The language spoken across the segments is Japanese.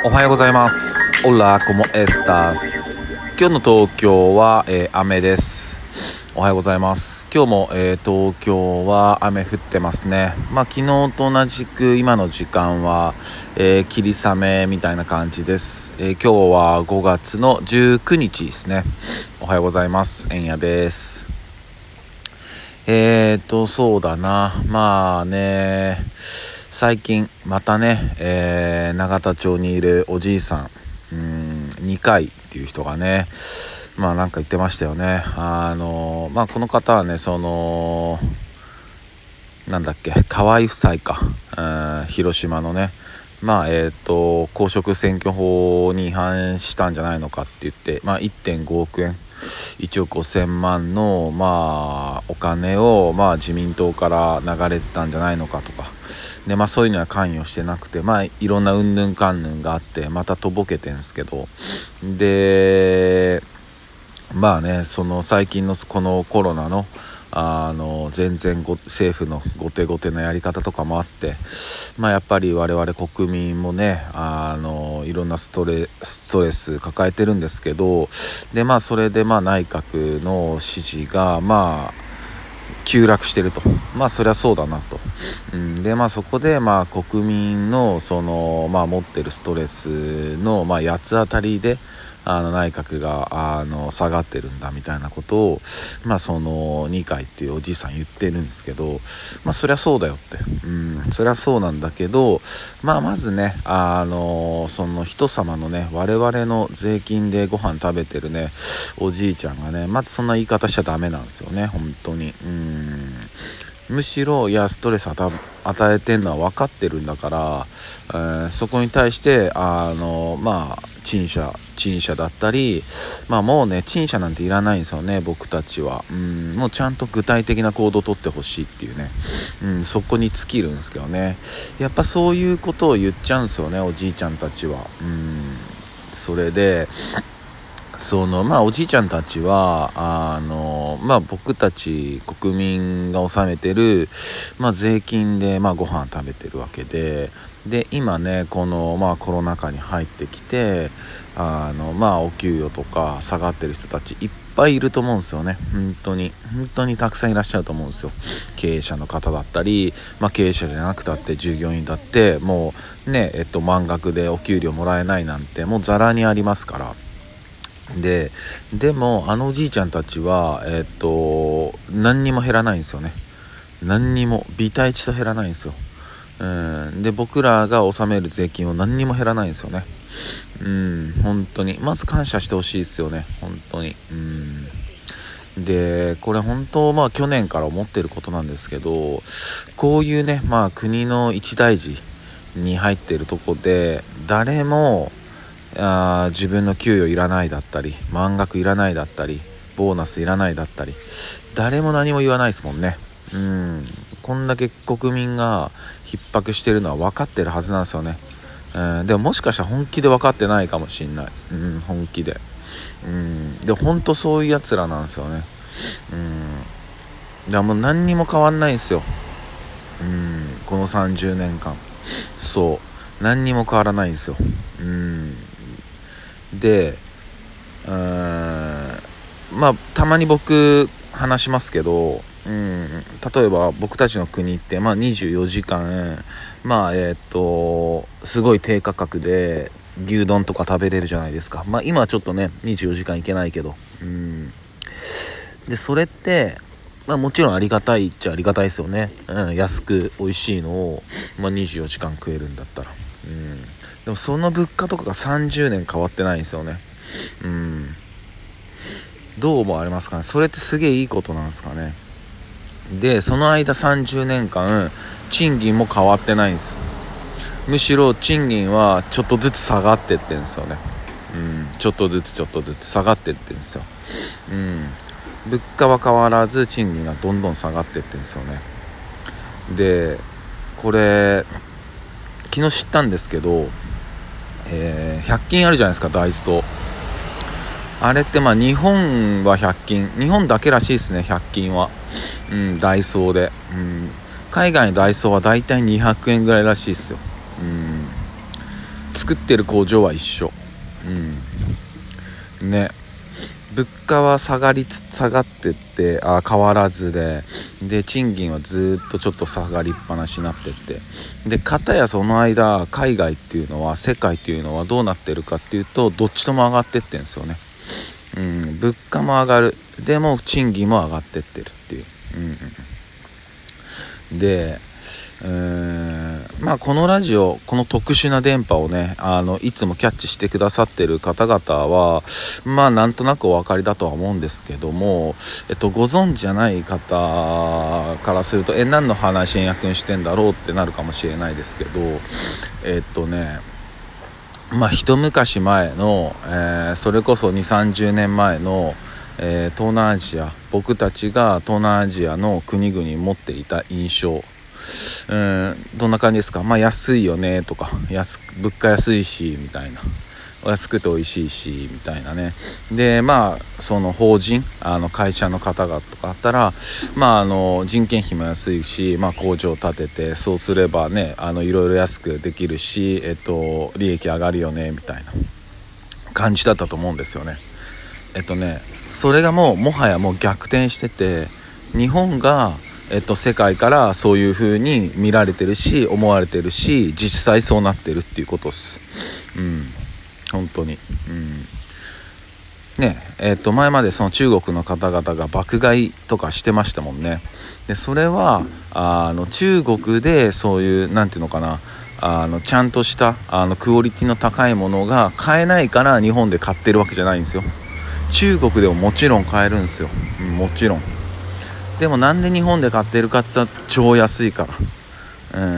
おはようございます。オラコモエスタス。今日の東京は、雨です。おはようございます。今日も、東京は雨降ってますね。昨日と同じく今の時間は、霧雨みたいな感じです。今日は5月の19日ですね。おはようございます。えんやです。そうだな。最近またね、永田町にいるおじいさん、2回っていう人がね、なんか言ってましたよね。この方はね、河合夫妻か、広島のね、公職選挙法に違反したんじゃないのかって言って、1.5 億円1億5000万のお金を自民党から流れてたんじゃないのかとかで、そういうのは関与してなくて、いろんなうんぬんかんぬんがあってまたとぼけてんすけど、でその最近のこのコロナの全然政府の後手後手のやり方とかもあって、やっぱり我々国民もね、いろんなストレス抱えてるんですけど、でそれで内閣の支持が急落してると、そりゃそうだなと、でそこで国民の持ってるストレスの八つ当たりで内閣が下がってるんだみたいなことをその二階っていうおじいさん言ってるんですけど、そりゃそうだよって、そりゃそうなんだけど、まずねその人様のね我々の税金でご飯食べてるねおじいちゃんがねまずそんな言い方しちゃダメなんですよね。本当にむしろストレス与えてんのは分かってるんだから、そこに対して陳謝だったりもうね陳謝なんていらないんですよね。僕たちはもうちゃんと具体的な行動を取ってほしいっていうね、そこに尽きるんですけどね。やっぱそういうことを言っちゃうんですよね、おじいちゃんたちは。それでおじいちゃんたちは僕たち国民が納めてる、税金でご飯食べてるわけで今ねこのコロナ禍に入ってきてお給与とか下がってる人たちいっぱいいると思うんですよね。本当にたくさんいらっしゃると思うんですよ。経営者の方だったり、経営者じゃなくたって従業員だってもうね満額でお給料もらえないなんてもうザラにありますから。でもおじいちゃんたちは何にも減らないんですよね。何にも微体値と減らないんですよ。で僕らが納める税金は何にも減らないんですよね。本当にまず感謝してほしいですよね。本当にでこれ本当去年から思ってることなんですけど、こういうね国の一大事に入っているとこで誰も自分の給与いらないだったり満額いらないだったりボーナスいらないだったり誰も何も言わないですもんね。こんだけ国民が逼迫してるのは分かってるはずなんですよね。でももしかしたら本気で分かってないかもしんない。本気でで本当そういうやつらなんですよね。いやもう何にも変わんないんですよ。この30年間そう何にも変わらないんですよ。でたまに僕話しますけど、例えば僕たちの国って24時間すごい低価格で牛丼とか食べれるじゃないですか。今はちょっとね24時間いけないけど、でそれってもちろんありがたいっちゃありがたいですよね。安く美味しいのを、24時間食えるんだったら。でもその物価とかが30年変わってないんですよね。どう思われますかね。それってすげえいいことなんですかね。でその間30年間賃金も変わってないんですよ。むしろ賃金はちょっとずつ下がってってんですよね。ちょっとずつ下がってってんですよ。物価は変わらず賃金がどんどん下がってってんですよね。でこれ昨日知ったんですけど、100均あるじゃないですか、ダイソー。あれって日本は100均日本だけらしいですね、100均は。ダイソーで、海外のダイソーはだいたい200円ぐらいらしいですよ。 作ってる工場は一緒。ね、物価は下がってって変わらずで賃金はずっとちょっと下がりっぱなしになってって、で片やその間海外っていうのは世界っていうのはどうなってるかっていうと、どっちとも上がってってんですよね。物価も上がる、でも賃金も上がってってるっていう、でこのラジオ、この特殊な電波をねいつもキャッチしてくださってる方々はなんとなくお分かりだとは思うんですけども、ご存知じゃない方からすると何の話に役にしてんだろうってなるかもしれないですけど、一昔前の、それこそ 2,30 年前の、東南アジア、僕たちが東南アジアの国々に持っていた印象、どんな感じですか。安いよねとか、物価安いしみたいな、安くて美味しいしみたいなね。でその法人会社の方々とかあったら人件費も安いし、工場を建ててそうすればねいろいろ安くできるし、利益上がるよねみたいな感じだったと思うんですよね。それがもはや逆転してて、日本が世界からそういう風に見られてるし思われてるし、実際そうなってるっていうことです。本当に。前までその中国の方々が爆買いとかしてましたもんね。でそれは中国でそういうなんていうのかな、ちゃんとしたクオリティの高いものが買えないから日本で買ってるわけじゃないんですよ。中国でももちろん買えるんですよ。もちろん。でもなんで日本で買ってるかって言ったら超安いから。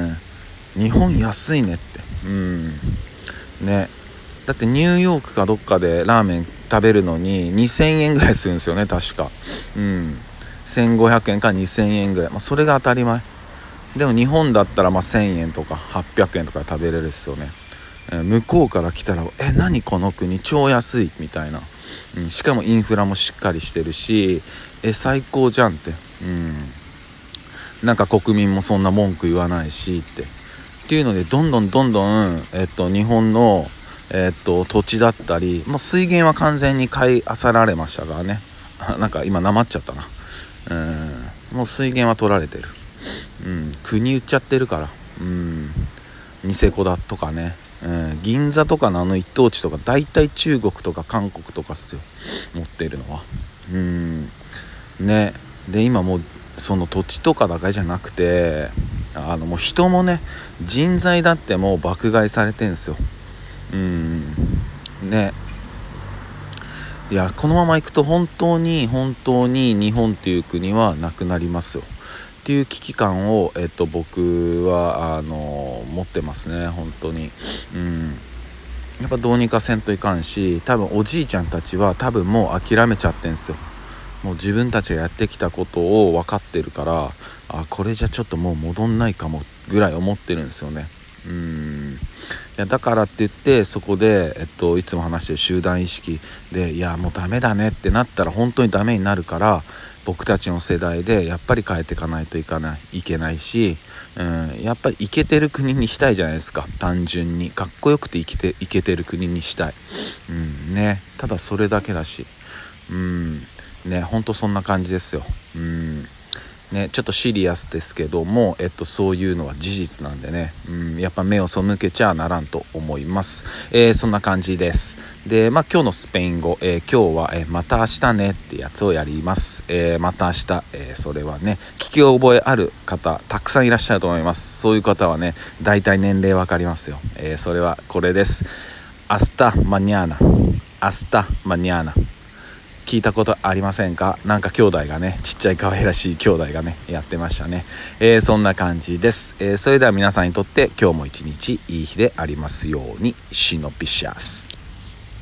日本安いねって。ね。だってニューヨークかどっかでラーメン食べるのに2000円ぐらいするんですよね、確か。1500円か2000円ぐらい。それが当たり前。でも日本だったら1000円とか800円とかで食べれるですよね。向こうから来たら何この国超安いみたいな。しかもインフラもしっかりしてるし最高じゃんって。なんか国民もそんな文句言わないしっていうので、どんどん日本の土地だったり、水源は完全に買い漁られましたからね。なんか今なまっちゃったな。もう水源は取られてる。国売っちゃってるから。ニセコだとかね。銀座とかの一等地とか大体中国とか韓国とかっすよ、持っているのは。ね。で今もうその土地とかだけじゃなくてもう人もね、人材だってもう爆買いされてんすよ。ね。いやこのまま行くと本当に日本っていう国はなくなりますよっていう危機感を、僕は持ってますね、本当に。やっぱどうにかせんといかんし、多分おじいちゃんたちは多分もう諦めちゃってんすよ。もう自分たちがやってきたことを分かってるから、これじゃちょっともう戻んないかもぐらい思ってるんですよね。いやだからって言ってそこで、いつも話してる集団意識でもうダメだねってなったら本当にダメになるから、僕たちの世代でやっぱり変えていかないといけないし、やっぱりイケてる国にしたいじゃないですか。単純にかっこよくてイケてる国にしたい。ね、ただそれだけだし、ね、ほんとそんな感じですよ。ね、ちょっとシリアスですけども、そういうのは事実なんでね、やっぱ目を背けちゃならんと思います。そんな感じです。で、今日のスペイン語、今日は、また明日ねってやつをやります。また明日、それはね、聞き覚えある方たくさんいらっしゃると思います。そういう方はね、大体年齢わかりますよ。それはこれです。hasta mañana、hasta mañana。聞いたことありませんか？なんか兄弟がね、ちっちゃい可愛らしい兄弟がねやってましたね。そんな感じです。それでは皆さんにとって今日も一日いい日でありますように。シノピシャス。